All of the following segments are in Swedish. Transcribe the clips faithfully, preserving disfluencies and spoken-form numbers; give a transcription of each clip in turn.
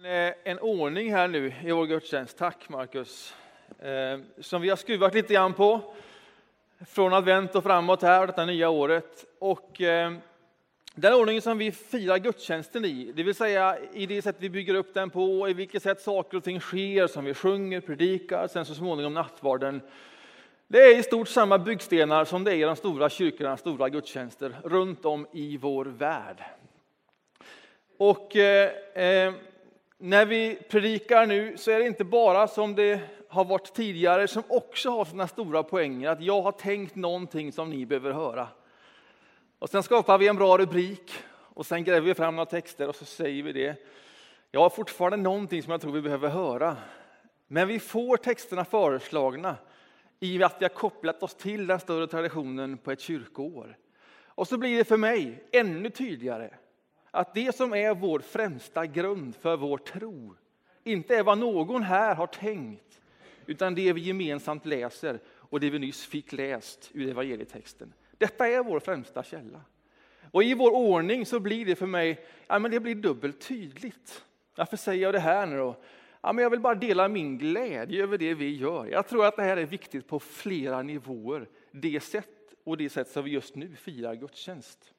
En ordning här nu i vår gudstjänst. Tack Marcus. Eh, som vi har skruvat lite grann på. Från advent och framåt här, detta nya året. Och eh, den ordningen som vi firar gudstjänsten i. Det vill säga i det sätt vi bygger upp den på. I vilket sätt saker och ting sker. Som vi sjunger, predikar. Sen så småningom nattvarden. Det är i stort samma byggstenar som det är i de stora kyrkorna. Stora gudstjänster runt om i vår värld. Och eh, eh, när vi predikar nu så är det inte bara som det har varit tidigare som också har sina stora poänger. Att jag har tänkt någonting som ni behöver höra. Och sen skapar vi en bra rubrik och sen gräver vi fram några texter och så säger vi det. Jag har fortfarande någonting som jag tror vi behöver höra. Men vi får texterna föreslagna i att vi har kopplat oss till den större traditionen på ett kyrkoår. Och så blir det för mig ännu tydligare. Att det som är vår främsta grund för vår tro inte är vad någon här har tänkt, utan det vi gemensamt läser och det vi nyss fick läst ur evangelietexten. Detta är vår främsta källa. Och i vår ordning så blir det för mig, ja men det blir dubbelt tydligt. Varför säger jag det här nu då? Ja men jag vill bara dela min glädje över det vi gör. Jag tror att det här är viktigt på flera nivåer. Det sätt och det sätt som vi just nu firar gudstjänst.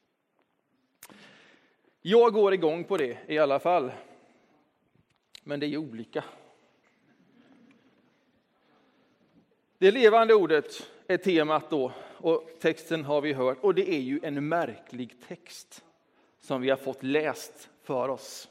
Jag går igång på det i alla fall. Men det är ju olika. Det levande ordet är temat då. Och texten har vi hört. Och det är ju en märklig text. Som vi har fått läst för oss.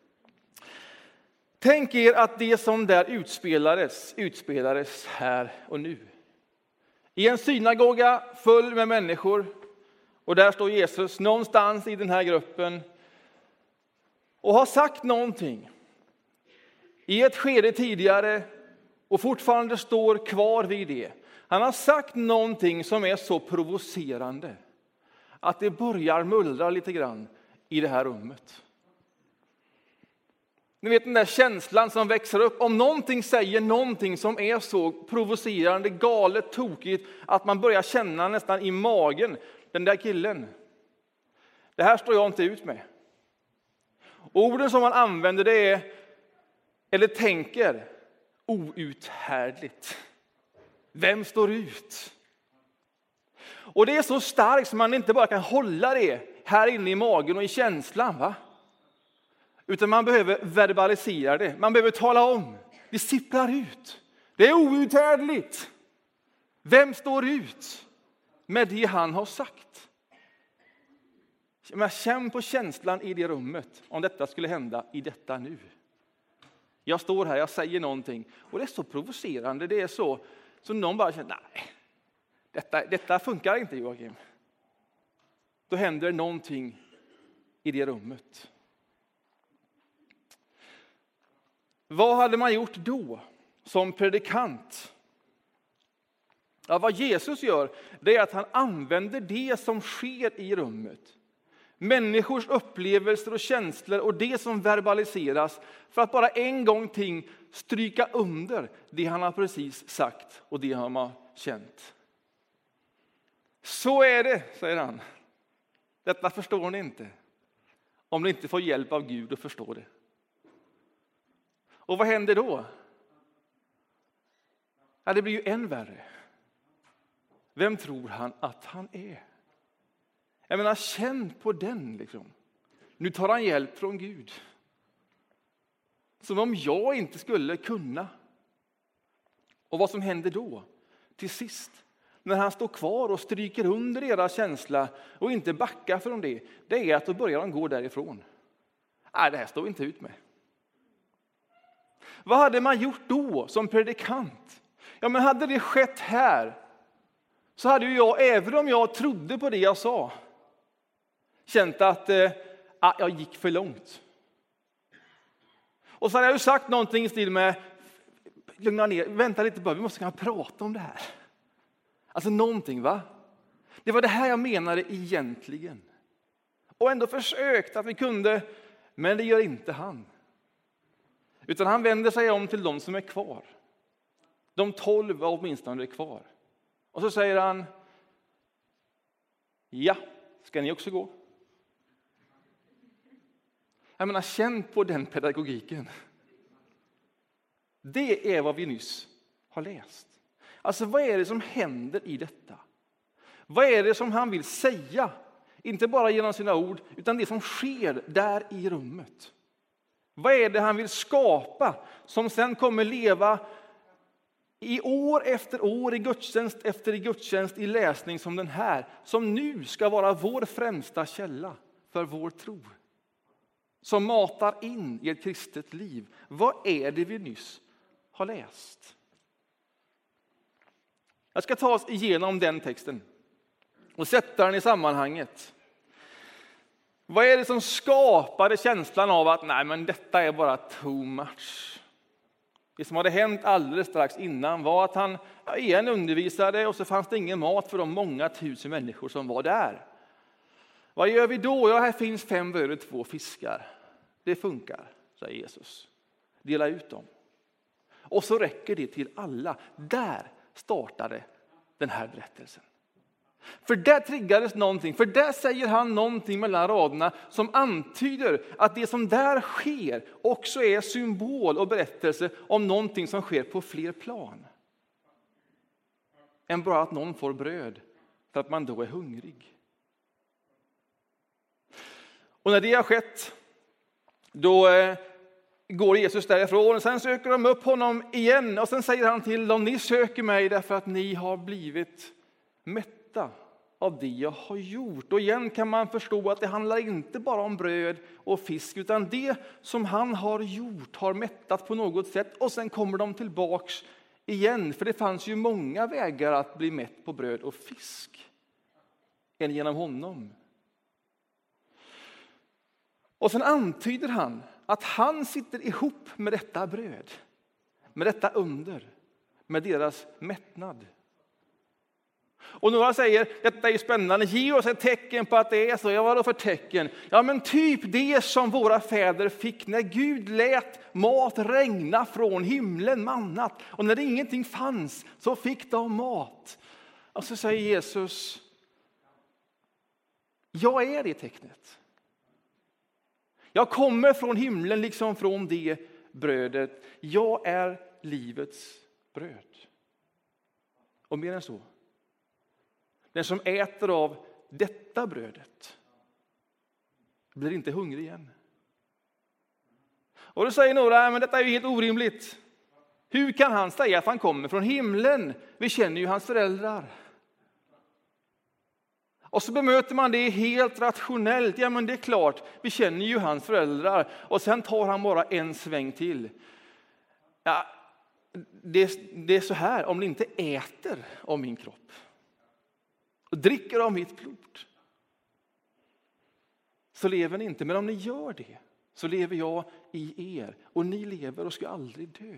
Tänk er att det som där utspelades. Utspelades här och nu. I en synagoga full med människor. Och där står Jesus någonstans i den här gruppen. Och har sagt någonting i ett skede tidigare och fortfarande står kvar vid det. Han har sagt någonting som är så provocerande att det börjar mullra lite grann i det här rummet. Ni vet den där känslan som växer upp. Om någonting säger någonting som är så provocerande, galet, tokigt att man börjar känna nästan i magen. Den där killen. Det här står jag inte ut med. Orden som man använder det är, eller tänker, outhärdligt. Vem står ut? Och det är så starkt som man inte bara kan hålla det här inne i magen och i känslan, va? Utan man behöver verbalisera det. Man behöver tala om. Det sipprar ut. Det är outhärdligt. Vem står ut med det han har sagt? Men känn på känslan i det rummet om detta skulle hända i detta nu. Jag står här, jag säger någonting och det är så provocerande, det är så så någon bara känner, nej, detta, detta funkar inte Joakim. Då händer någonting i det rummet. Vad hade man gjort då som predikant? Ja, vad Jesus gör, det är att han använder det som sker i rummet. Människors upplevelser och känslor och det som verbaliseras för att bara en gång till stryka under det han har precis sagt och det han har känt. Så är det, säger han. Detta förstår ni inte. Om ni inte får hjälp av Gud att förstå det. Och vad händer då? Ja, det blir ju än värre. Vem tror han att han är? Jag menar, känn på den liksom. Nu tar han hjälp från Gud. Som om jag inte skulle kunna. Och vad som händer då? Till sist. När han står kvar och stryker under deras känsla. Och inte backar från det. Det är att då börjar de gå därifrån. Nej, det här står vi inte ut med. Vad hade man gjort då som predikant? Ja, men hade det skett här. Så hade ju jag, även om jag trodde på det jag sa. Känt att eh, jag gick för långt. Och så hade jag ju sagt någonting i stil med, lugna ner, vänta lite bara, vi måste kunna prata om det här. Alltså någonting, va? Det var det här jag menade egentligen. Och ändå försökt att vi kunde, men det gör inte han. Utan han vänder sig om till de som är kvar. De tolv var åtminstone kvar. Och så säger han, ja, ska ni också gå? Jag menar, känn på den pedagogiken. Det är vad vi nyss har läst. Alltså, vad är det som händer i detta? Vad är det som han vill säga? Inte bara genom sina ord, utan det som sker där i rummet. Vad är det han vill skapa som sen kommer leva i år efter år, i gudstjänst efter i gudstjänst, i läsning som den här, som nu ska vara vår främsta källa för vår tro. Som matar in i ett kristet liv. Vad är det vi nyss har läst? Jag ska ta oss igenom den texten och sätta den i sammanhanget. Vad är det som skapade känslan av att nej, men detta är bara too much? Det som hade hänt alldeles strax innan var att han ja, igen undervisade och så fanns det ingen mat för de många tusen människor som var där. Vad gör vi då? Ja, här finns fem bröd och två fiskar. Det funkar, säger Jesus. Dela ut dem. Och så räcker det till alla. Där startade den här berättelsen. För där triggades någonting. För där säger han någonting mellan raderna som antyder att det som där sker också är symbol och berättelse om någonting som sker på fler plan. Än bara att någon får bröd för att man då är hungrig. Och när det har skett, då går Jesus därifrån och sen söker de upp honom igen. Och sen säger han till dem, ni söker mig därför att ni har blivit mätta av det jag har gjort. Och igen kan man förstå att det handlar inte bara om bröd och fisk, utan det som han har gjort har mättat på något sätt. Och sen kommer de tillbaks igen, för det fanns ju många vägar att bli mätt på bröd och fisk än genom honom. Och sen antyder han att han sitter ihop med detta bröd, med detta under, med deras mättnad. Och några säger, detta är spännande, ge oss ett tecken på att det är så. Ja, vad då för tecken? Ja, men typ det som våra fäder fick när Gud lät mat regna från himlen, mannat. Och när det ingenting fanns så fick de mat. Och så säger Jesus, jag är det tecknet. Jag kommer från himlen liksom från det brödet. Jag är livets bröd. Och mer än så. Den som äter av detta brödet blir inte hungrig igen. Och då säger några, men detta är ju helt orimligt. Hur kan han säga att han kommer från himlen? Vi känner ju hans föräldrar. Och så bemöter man det helt rationellt. Ja, men det är klart, vi känner ju hans föräldrar. Och sen tar han bara en sväng till. Ja, det, det är så här, om ni inte äter av min kropp och dricker av mitt blod, så lever ni inte. Men om ni gör det, så lever jag i er. Och ni lever och ska aldrig dö.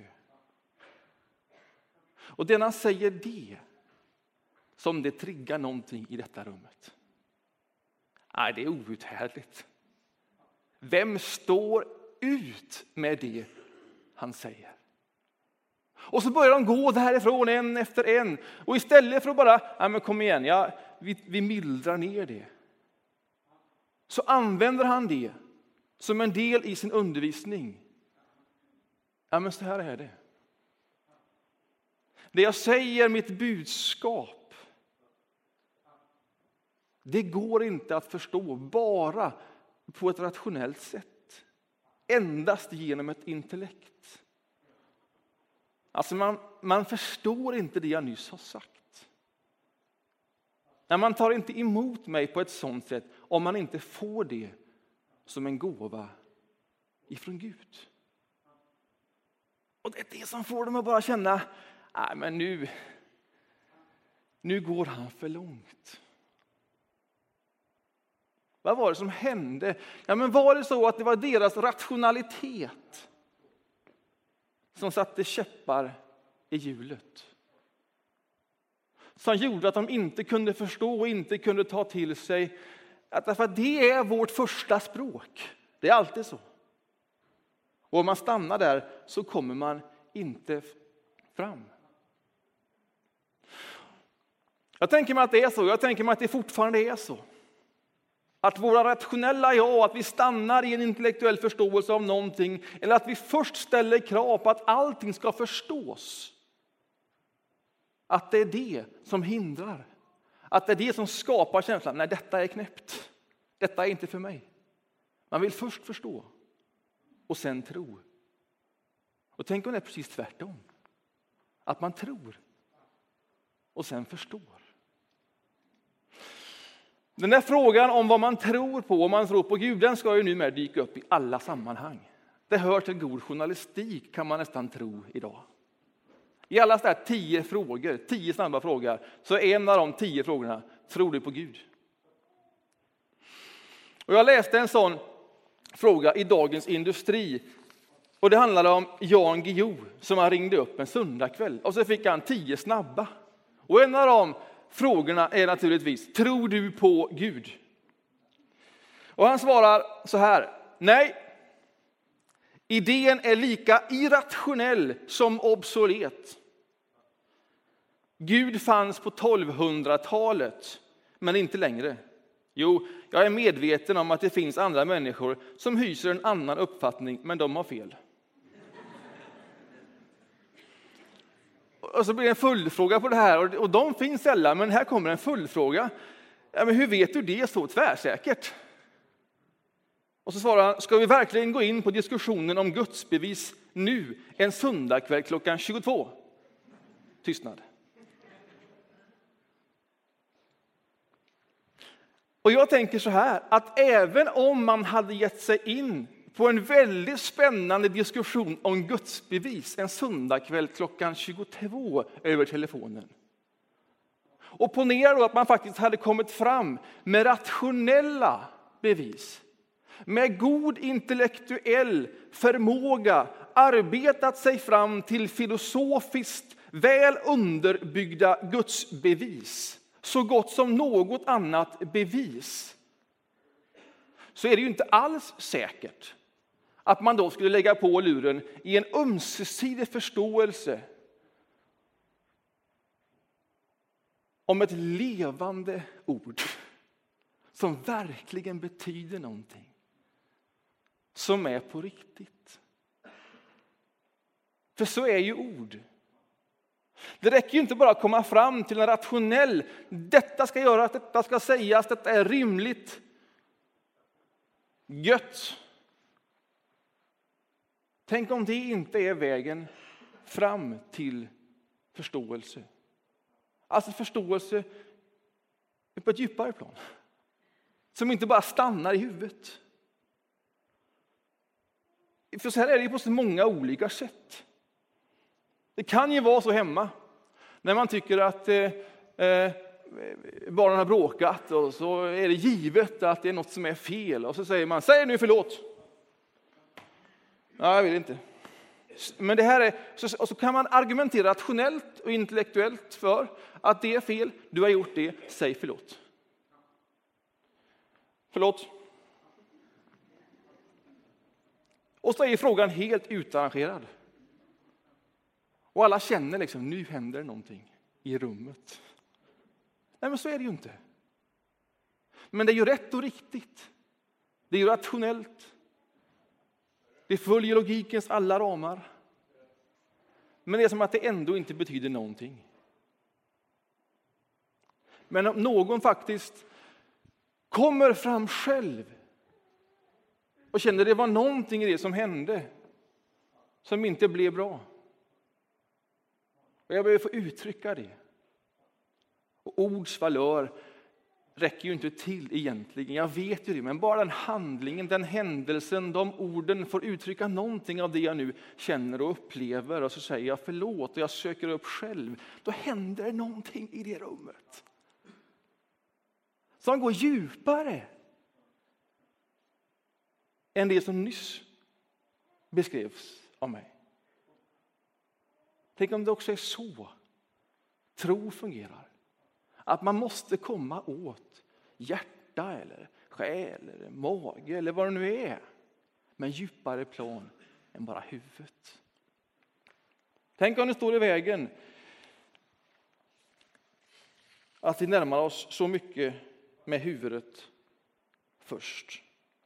Och den han säger det, som det triggar någonting i detta rummet. Nej, det är outhärdligt. Vem står ut med det han säger? Och så börjar de gå därifrån en efter en. Och istället för att bara, ja men kom igen, ja, vi, vi mildrar ner det. Så använder han det som en del i sin undervisning. Ja men så här är det. Det jag säger, mitt budskap, det går inte att förstå bara på ett rationellt sätt. Endast genom ett intellekt. Alltså man, man förstår inte det jag nyss har sagt. När man tar inte emot mig på ett sådant sätt om man inte får det som en gåva ifrån Gud. Och det är det som får dem att bara känna, nej men nu, nu går han för långt. Vad var det som hände? Ja, men var det så att det var deras rationalitet som satte käppar i hjulet? Som gjorde att de inte kunde förstå och inte kunde ta till sig. Att därför att det är vårt första språk. Det är alltid så. Och om man stannar där så kommer man inte fram. Jag tänker mig att det är så. Jag tänker mig att det fortfarande är så. Att våra rationella ja, att vi stannar i en intellektuell förståelse av någonting, eller att vi först ställer krav på att allting ska förstås. Att det är det som hindrar. Att det är det som skapar känslan, nej detta är knäppt. Detta är inte för mig. Man vill först förstå och sen tro. Och tänk om det är precis tvärtom. Att man tror och sen förstår. Den där frågan om vad man tror på, om man tror på Gud, den ska ju numera dyka upp i alla sammanhang. Det hör till god journalistik, kan man nästan tro idag. I alla sådär tio frågor, tio snabba frågor, så är en av de tio frågorna, tror du på Gud? Och jag läste en sån fråga i Dagens Industri. Och det handlade om Jan Guillou som han ringde upp en söndagkväll. Och så fick han tio snabba. Och en av de frågorna är naturligtvis, tror du på Gud? Och han svarar så här, nej. Idén är lika irrationell som obsolet. Gud fanns på tolvhundratalet, men inte längre. Jo, jag är medveten om att det finns andra människor som hyser en annan uppfattning, men de har fel. Och så blir det en följdfråga på det här, och de finns sällan, men här kommer en följdfråga. Ja, men hur vet du det så tvärsäkert? Och så svarar han, ska vi verkligen gå in på diskussionen om gudsbevis nu, en söndagkväll klockan tjugotvå? Tystnad. Och jag tänker så här, att även om man hade gett sig in på en väldigt spännande diskussion om gudsbevis en söndagkväll klockan tjugotvå över telefonen. Och ponera då att man faktiskt hade kommit fram med rationella bevis. Med god intellektuell förmåga arbetat sig fram till filosofiskt väl underbyggda gudsbevis. Så gott som något annat bevis. Så är det ju inte alls säkert att man då skulle lägga på luren i en ömsesidig förståelse om ett levande ord som verkligen betyder någonting. Som är på riktigt. För så är ju ord. Det räcker ju inte bara att komma fram till en rationell, detta ska göras, detta ska sägas, detta är rimligt. Gött. Tänk om det inte är vägen fram till förståelse. Alltså förståelse på ett djupare plan. Som inte bara stannar i huvudet. För så här är det på så många olika sätt. Det kan ju vara så hemma. När man tycker att eh, barnen har bråkat och så är det givet att det är något som är fel. Och så säger man, säg nu förlåt. Nej, jag vill inte. Men det här är, så, och så kan man argumentera rationellt och intellektuellt för att det är fel. Du har gjort det, säg förlåt. Förlåt. Och så är frågan helt utarrangerad. Och alla känner liksom, nu händer det någonting i rummet. Nej, men så är det ju inte. Men det är ju rätt och riktigt. Det är ju rationellt. Det följer logikens alla ramar. Men det är som att det ändå inte betyder någonting. Men om någon faktiskt kommer fram själv och känner det var någonting i det som hände som inte blev bra. Och jag behöver få uttrycka det. Och ords valör räcker ju inte till egentligen. Jag vet ju det. Men bara den handlingen, den händelsen, de orden får uttrycka någonting av det jag nu känner och upplever. Och så säger jag förlåt och jag söker upp själv. Då händer det någonting i det rummet. Som går djupare än det som nyss beskrevs av mig. Tänk om det också är så tro fungerar. Att man måste komma åt hjärta eller själ eller mage eller vad det nu är. Men djupare plan än bara huvudet. Tänk om det står i vägen att vi närmar oss så mycket med huvudet först.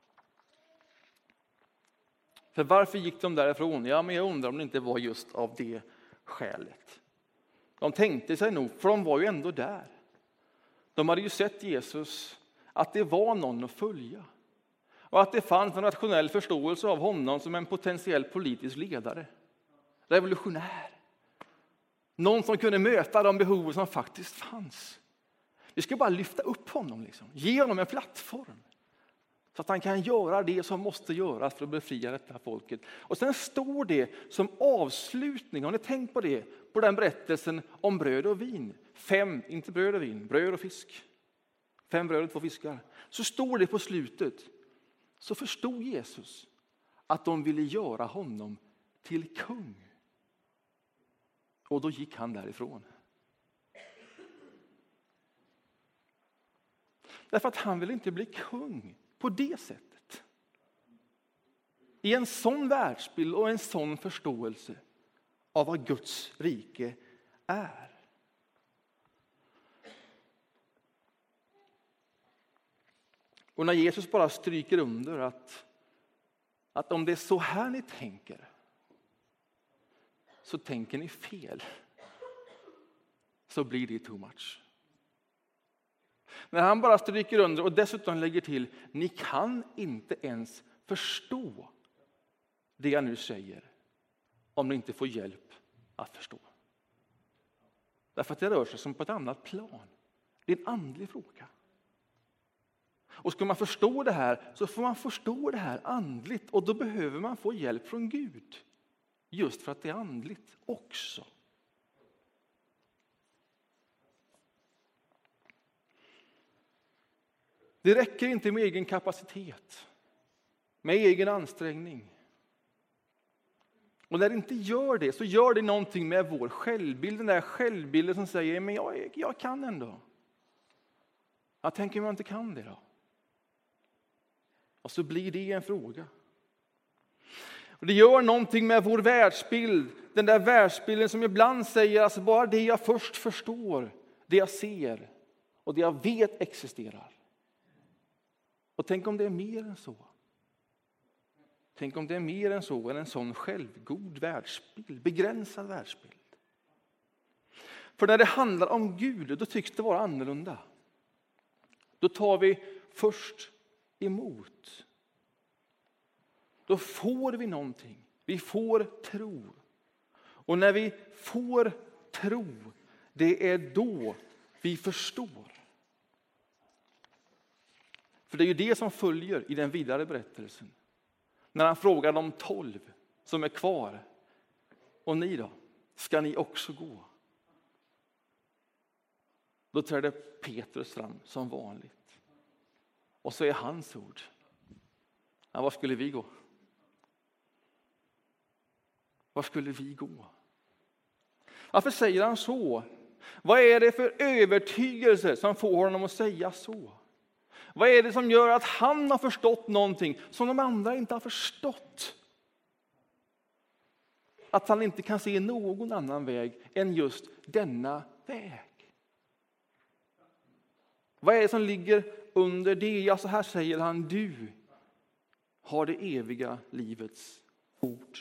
För varför gick de därifrån? Ja, men jag undrar om det inte var just av det skälet. De tänkte sig nog, för de var ju ändå där. De hade ju sett Jesus, att det var någon att följa. Och att det fanns en rationell förståelse av honom som en potentiell politisk ledare. Revolutionär. Någon som kunde möta de behov som faktiskt fanns. Vi ska bara lyfta upp honom, liksom. Ge honom en plattform. Så att han kan göra det som måste göras för att befria detta folket. Och sen står det som avslutning, har ni tänkt på det? På den berättelsen om bröd och vin. Fem, inte bröd och vin, bröd och fisk. Fem bröd och två fiskar. Så står det på slutet. Så förstod Jesus att de ville göra honom till kung. Och då gick han därifrån. Därför att han vill inte bli kung på det sättet. I en sån världsbild och en sån förståelse av vad Guds rike är. Och när Jesus bara stryker under att, att om det är så här ni tänker, så tänker ni fel. Så blir det too much. När han bara stryker under och dessutom lägger till, ni kan inte ens förstå det jag nu säger om ni inte får hjälp att förstå. Därför att det rör sig som på ett annat plan. Det är en andlig fråga. Och ska man förstå det här så får man förstå det här andligt. Och då behöver man få hjälp från Gud. Just för att det är andligt också. Det räcker inte med egen kapacitet. Med egen ansträngning. Och när det inte gör det så gör det någonting med vår självbild. Den där självbilden som säger, men jag, jag kan ändå. Jag tänker om jag inte kan det då. Och så blir det en fråga. Och det gör någonting med vår världsbild. Den där världsbilden som ibland säger, alltså bara det jag först förstår, det jag ser och det jag vet existerar. Och tänk om det är mer än så. Tänk om det är mer än så än en sån självgod världsbild, begränsad världsbild. För när det handlar om Gud, då tycks det vara annorlunda. Då tar vi först emot. Då får vi någonting. Vi får tro. Och när vi får tro, det är då vi förstår. För det är ju det som följer i den vidare berättelsen. När han frågar de tolv som är kvar. Och ni då? Ska ni också gå? Då träder Petrus fram som vanligt. Och så är hans ord. Ja, var skulle vi gå? Var skulle vi gå? Varför säger han så? Vad är det för övertygelse som får honom att säga så? Vad är det som gör att han har förstått någonting som de andra inte har förstått? Att han inte kan se någon annan väg än just denna väg. Vad är det som ligger under det? Ja, så här säger han, du har det eviga livets ord.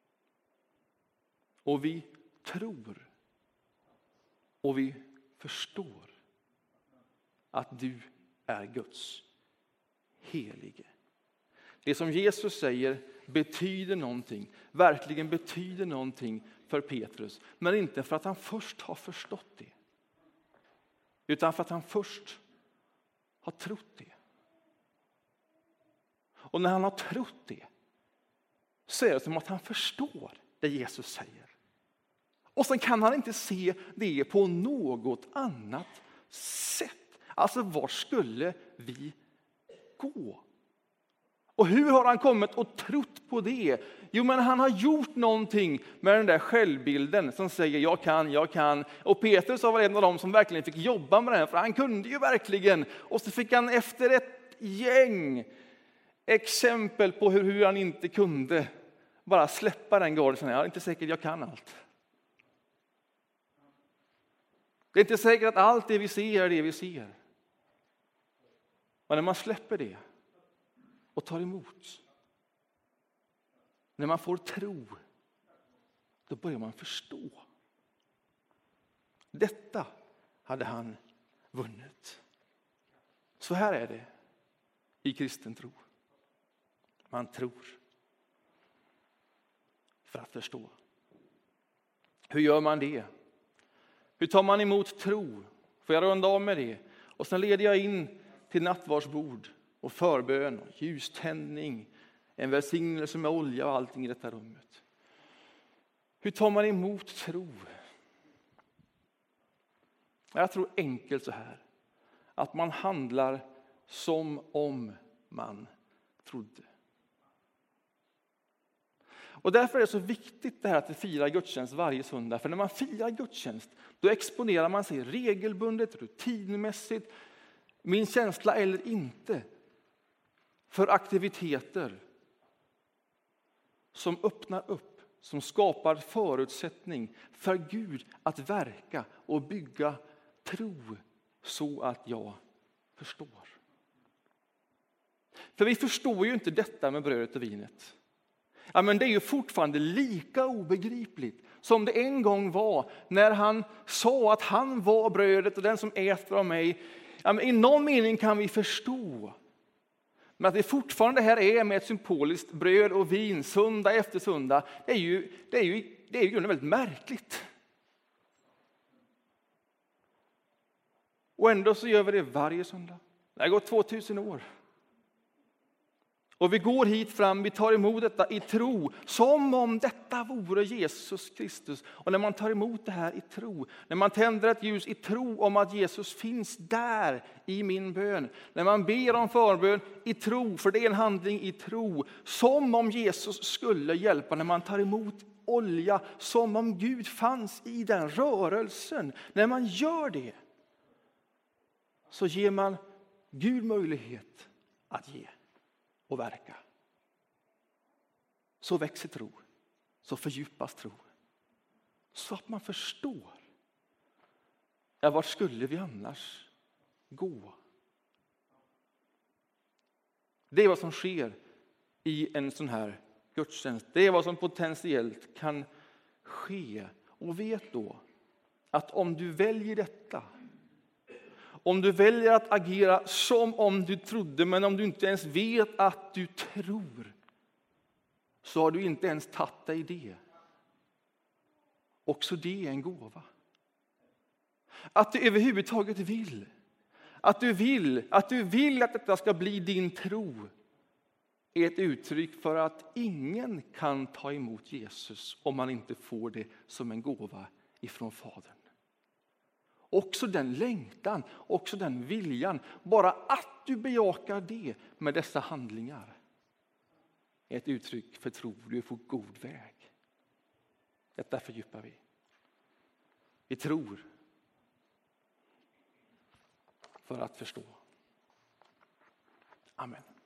Och vi tror och vi förstår att du är Guds helige. Det som Jesus säger betyder någonting, verkligen betyder någonting för Petrus. Men inte för att han först har förstått det. Utan för att han först har trott det. Och när han har trott det så är det som att han förstår det Jesus säger. Och sen kan han inte se det på något annat sätt. Alltså, var skulle vi gå? Och hur har han kommit och trott på det? Jo, men han har gjort någonting med den där självbilden som säger jag kan, jag kan. Och Petrus var en av dem som verkligen fick jobba med det här, för han kunde ju verkligen. Och så fick han efter ett gäng exempel på hur, hur han inte kunde bara släppa den garden. Jag är inte säker att jag kan allt. Det är inte säkert att allt det vi ser är det vi ser. Men när man släpper det och tar emot. När man får tro, då börjar man förstå. Detta hade han vunnit. Så här är det i kristen tro. Man tror för att förstå. Hur gör man det? Hur tar man emot tro? Får jag runda av med det? Och sen leder jag in till nattvardsbord och förbön och ljuständning. En välsignelse med olja och allting i detta rummet. Hur tar man emot tro? Jag tror enkelt så här. Att man handlar som om man trodde. Och därför är det så viktigt det här att vi firar gudstjänst varje söndag. För när man firar gudstjänst, då exponerar man sig regelbundet, rutinmässigt, min känsla eller inte, för aktiviteter som öppnar upp, som skapar förutsättning för Gud att verka och bygga tro så att jag förstår. För vi förstår ju inte detta med brödet och vinet. Ja, men det är ju fortfarande lika obegripligt som det en gång var när han sa att han var brödet och den som äter av mig. Ja, men i någon mening kan vi förstå. Men att det fortfarande här är med ett symboliskt bröd och vin söndag efter söndag, det är ju, det är ju, det är ju väldigt märkligt. Och ändå så gör vi det varje söndag. Det har gått tvåtusen år. Och vi går hit fram, vi tar emot detta i tro, som om detta vore Jesus Kristus. Och när man tar emot det här i tro, när man tänder ett ljus i tro om att Jesus finns där i min bön. När man ber om förbön i tro, för det är en handling i tro, som om Jesus skulle hjälpa. När man tar emot olja, som om Gud fanns i den rörelsen. När man gör det, så ger man Gud möjlighet att ge och verka. Så växer tro, så fördjupas tro. Så att man förstår. Ja, vart skulle vi annars gå? Det är vad som sker i en sån här gudstjänst. Det är vad som potentiellt kan ske. Och vet då att om du väljer detta, om du väljer att agera som om du trodde, men om du inte ens vet att du tror, så har du inte ens tagit dig det. Också det är en gåva. Att du överhuvudtaget vill. Att du vill, att du vill att detta ska bli din tro, är ett uttryck för att ingen kan ta emot Jesus om man inte får det som en gåva ifrån Fadern. Också den längtan, också den viljan, bara att du bejakar det med dessa handlingar, är ett uttryck för tro. Du är på god väg. Detta fördjupar vi. Vi tror för att förstå. Amen.